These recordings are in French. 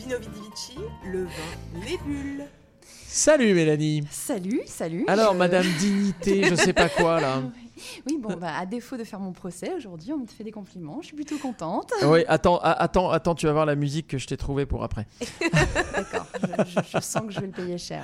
Pinot Vidivici, le vin, les bulles. Salut Mélanie. Salut. Alors Madame Dignité, je sais pas quoi là. Oui, bon, à défaut de faire mon procès, aujourd'hui, on me fait des compliments. Je suis plutôt contente. Oui, attends, tu vas voir la musique que je t'ai trouvée pour après. D'accord, je sens que je vais le payer cher.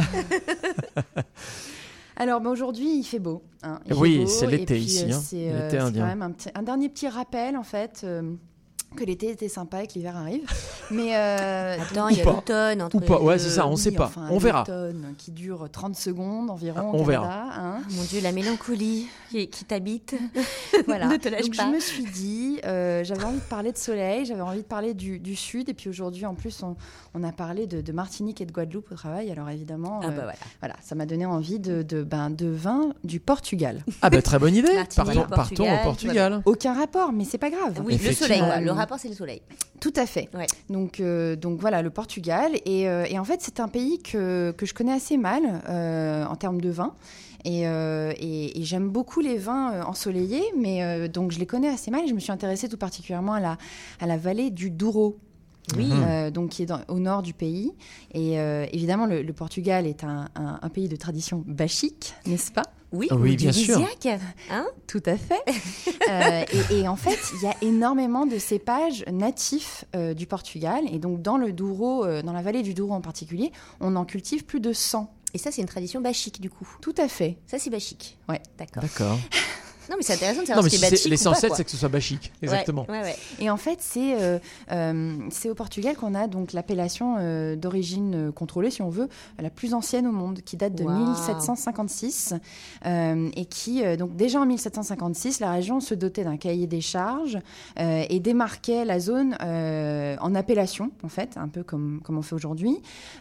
Là. Alors, aujourd'hui, il fait beau. Il fait beau, c'est l'été puis, ici. C'est l'été indien. quand même un dernier petit rappel, en fait. Que l'été était sympa et que l'hiver arrive. Mais attends, il y a l'automne. Ou pas, ouais, c'est ça, on sait pas. Enfin, on verra. L'automne qui dure 30 secondes environ. On verra. Hein. Mon Dieu, la mélancolie qui t'habite. Voilà. Ne te lâche Donc, pas. je me suis dit, j'avais envie de parler de soleil, j'avais envie de parler du sud. Et puis aujourd'hui, en plus, on a parlé de Martinique et de Guadeloupe au travail. Alors évidemment, voilà, ça m'a donné envie de vin du Portugal. Ah ben très bonne idée. Martinique, Partons au Portugal. Voilà. Aucun rapport, mais c'est pas grave. Oui, le soleil. Le rapport, c'est le soleil. Tout à fait. Ouais. Donc voilà, le Portugal. Et en fait, c'est un pays que je connais assez mal en termes de vin. Et j'aime beaucoup les vins ensoleillés, mais donc je les connais assez mal. Et je me suis intéressée tout particulièrement à la vallée du Douro. Oui. Donc qui est au nord du pays. Et évidemment, le Portugal est un pays de tradition bachique, n'est-ce pas ? Oui, bien sûr. Hein ? Tout à fait. Et en fait, il y a énormément de cépages natifs du Portugal. Et donc, dans le Douro, dans la vallée du Douro en particulier, on en cultive plus de 100. Et ça, c'est une tradition bachique, du coup. Tout à fait. Ça, c'est bachique. Ouais. D'accord. Non, mais c'est intéressant de savoir ce qui est bachique ou pas. L'essentiel, c'est que ce soit bachique. Exactement. Ouais. Et en fait, c'est au Portugal qu'on a donc l'appellation d'origine contrôlée, si on veut, la plus ancienne au monde, qui date de 1756. Et qui, donc déjà en 1756, la région se dotait d'un cahier des charges et démarquait la zone en appellation, en fait, un peu comme on fait aujourd'hui.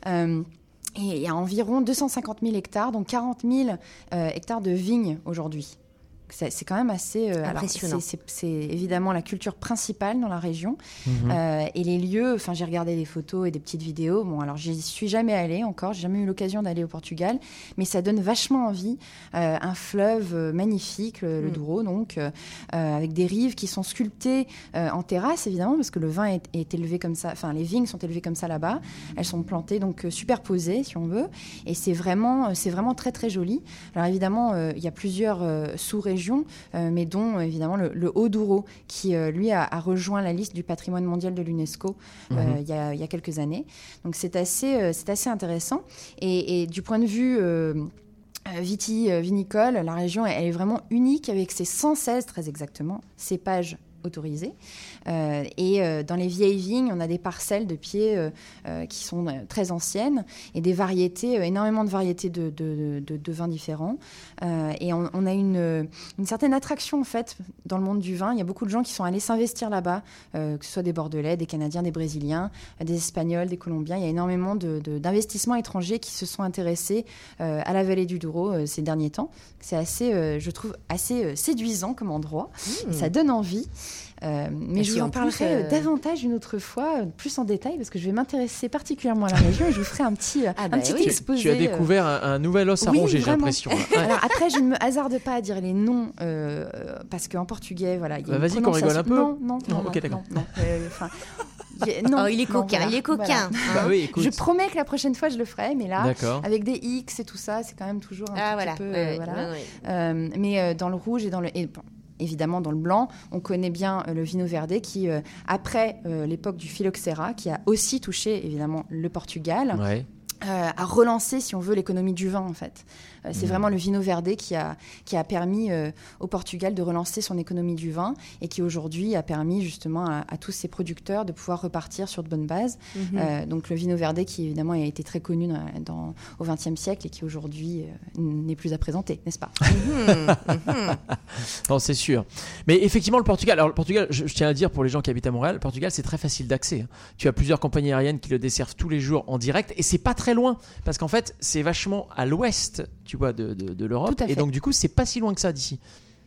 Et il y a environ 250 000 hectares, donc 40 000 hectares de vignes aujourd'hui. C'est quand même assez impressionnant. Alors, c'est évidemment la culture principale dans la région. Et les lieux, enfin, j'ai regardé des photos et des petites vidéos. Bon, alors, j'y suis jamais allée encore. J'ai jamais eu l'occasion d'aller au Portugal. Mais ça donne vachement envie. Un fleuve magnifique, le Douro, donc, avec des rives qui sont sculptées en terrasse, évidemment, parce que le vin est élevé comme ça. Enfin, les vignes sont élevées comme ça là-bas. Elles sont plantées, donc, superposées, si on veut. Et c'est vraiment très, très joli. Alors, évidemment, il y a plusieurs sous-régions, mais dont évidemment le Haut-Douro, qui lui a rejoint la liste du patrimoine mondial de l'UNESCO il y a quelques années. Donc c'est assez intéressant. Et du point de vue vinicole, la région elle est vraiment unique avec ses 116, très exactement, cépages autorisés. Dans les vieilles vignes, on a des parcelles de pieds qui sont très anciennes et des variétés, énormément de variétés de vins différents. Et on a une certaine attraction en fait dans le monde du vin. Il y a beaucoup de gens qui sont allés s'investir là-bas, que ce soit des Bordelais, des Canadiens, des Brésiliens, des Espagnols, des Colombiens. Il y a énormément d'investissements étrangers qui se sont intéressés à la vallée du Douro ces derniers temps. C'est assez, je trouve, assez séduisant comme endroit. Ça donne envie. Mais je vous en parlerai davantage une autre fois, plus en détail, parce que je vais m'intéresser particulièrement à la région et je vous ferai un petit exposé. Tu as découvert un nouvel os à ronger, j'ai l'impression. Alors après, je ne me hasarde pas à dire les noms, parce qu'en portugais, voilà. Vas-y, qu'on rigole un peu. Non, ok, d'accord. Non, il est coquin, il est coquin. Voilà. Oui, écoute. Je promets que la prochaine fois je le ferai, mais là, avec des X et tout ça, c'est quand même toujours un petit peu. Mais dans le rouge et dans le. Évidemment, dans le blanc, on connaît bien le Vinho Verde qui, après l'époque du phylloxéra, qui a aussi touché évidemment le Portugal, a relancé, si on veut, l'économie du vin en fait. C'est vraiment le Vinho Verde qui a permis au Portugal de relancer son économie du vin et qui aujourd'hui a permis justement à tous ses producteurs de pouvoir repartir sur de bonnes bases. Donc le Vinho Verde qui évidemment a été très connu au XXe siècle et qui aujourd'hui n'est plus à présenter, n'est-ce pas? Non, c'est sûr. Mais effectivement, le Portugal, je tiens à dire pour les gens qui habitent à Montréal, le Portugal c'est très facile d'accès. Tu as plusieurs compagnies aériennes qui le desservent tous les jours en direct et c'est pas très loin parce qu'en fait c'est vachement à l'ouest, tu vois, de l'Europe, et donc du coup c'est pas si loin que ça d'ici.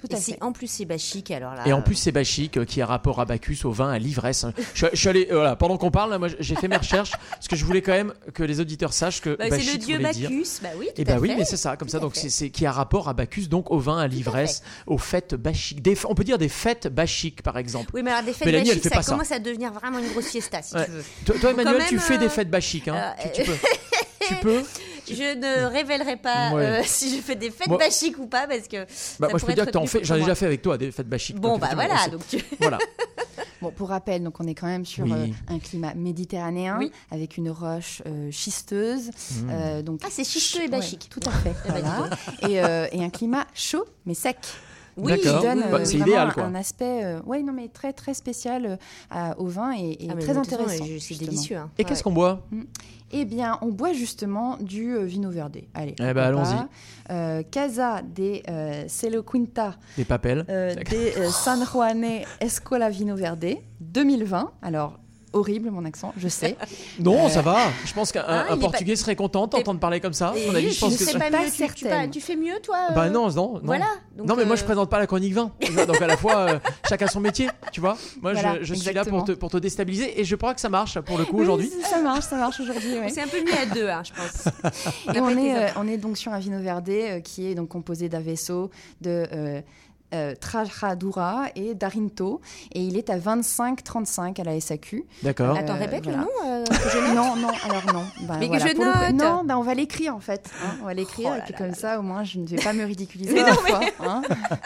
Tout à fait. En plus c'est bachique, alors là. Et en plus, c'est bachique, qui a rapport à Bacchus, au vin, à l'ivresse. Je suis allé, voilà, pendant qu'on parle, là, moi, j'ai fait mes recherches, parce que je voulais quand même que les auditeurs sachent que c'est Bachique le dieu voulait dire- Bacchus, bah oui. Et tout à oui, fait. mais c'est ça, comme ça. Tout à Donc fait. c'est qui a rapport à Bacchus, donc au vin, à l'ivresse, aux fêtes bachiques. On peut dire des fêtes bachiques, par exemple. Oui, mais alors des fêtes Mélanie, elle bachiques, fait pas ça ça. commence à devenir vraiment une grosse fiesta, si Ouais. tu veux. Toi, Emmanuel, Quand tu même, fais des fêtes bachiques, hein. Tu peux. Tu peux. Je ne révélerai pas Ouais. si je fais des fêtes Moi- bachiques ou pas, parce que. Bah, ça moi, je peux pourrait dire être que t'en retenu fais. contre J'en ai moi. déjà fait avec toi des fêtes bachiques. Bon, donc, bah effectivement, voilà. c'est- Donc... Voilà. Bon, pour rappel, donc on est quand même sur Oui. un climat méditerranéen Oui. avec une roche schisteuse. Donc, Ah, c'est schisteux et bachique. tout à fait. Voilà. Et un climat chaud mais sec. Oui, Qui D'accord. donne Bah, c'est vraiment idéal, quoi. un aspect non, mais très, très spécial au vin et Ah, mais très de toute façon, intéressant. C'est justement. délicieux. Hein. Et qu'est-ce qu'on boit? Eh bien, on boit justement du vino verde. Allez, Eh ben, pourquoi allons-y. pas. Casa de Celo Quinta Des papels. de San Juane Escola Vino Verde 2020. Alors, horrible mon accent, je sais. Non, ça va. Je pense qu'un Ah, un il est Portugais serait content d'entendre parler comme ça. À mon avis, je pense je que. sais pas pas mieux, certaine. tu fais mieux, toi Bah non. Voilà. Donc, Non, mais moi je présente pas la chronique vin. Donc à la fois, chacun son métier, tu vois. Moi Voilà, je suis là exactement. pour te déstabiliser et je crois que ça marche pour le coup Oui, aujourd'hui. ça marche aujourd'hui. ouais. C'est un peu mieux à deux, hein, je pense. Et on est donc sur un vino verde qui est donc composé d'Aveso, de Trajadura et d'Arinto. Et il est à 25,35 à la SAQ. D'accord. Attends, répète voilà. le nom que je note. Non, alors non. Bah, Mais que je pour le coup- note. Non, bah, on va l'écrire en fait. Hein, on va l'écrire Oh là et puis là comme là ça, au moins, je ne vais pas me ridiculiser. Mais à la non, mais- fois, hein.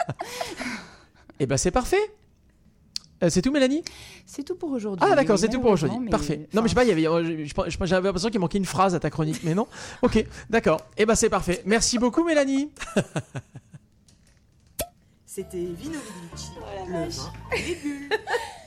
Et ben c'est parfait. C'est tout, Mélanie? C'est tout pour aujourd'hui. Ah d'accord, Oui, c'est tout pour aujourd'hui. malheureusement, Parfait. mais, Non mais je sais pas, j'avais l'impression qu'il manquait une phrase à ta chronique, mais non. Ok, d'accord. Et ben c'est parfait. Merci beaucoup, Mélanie. C'était Vino Vidici, le vin, les bulles.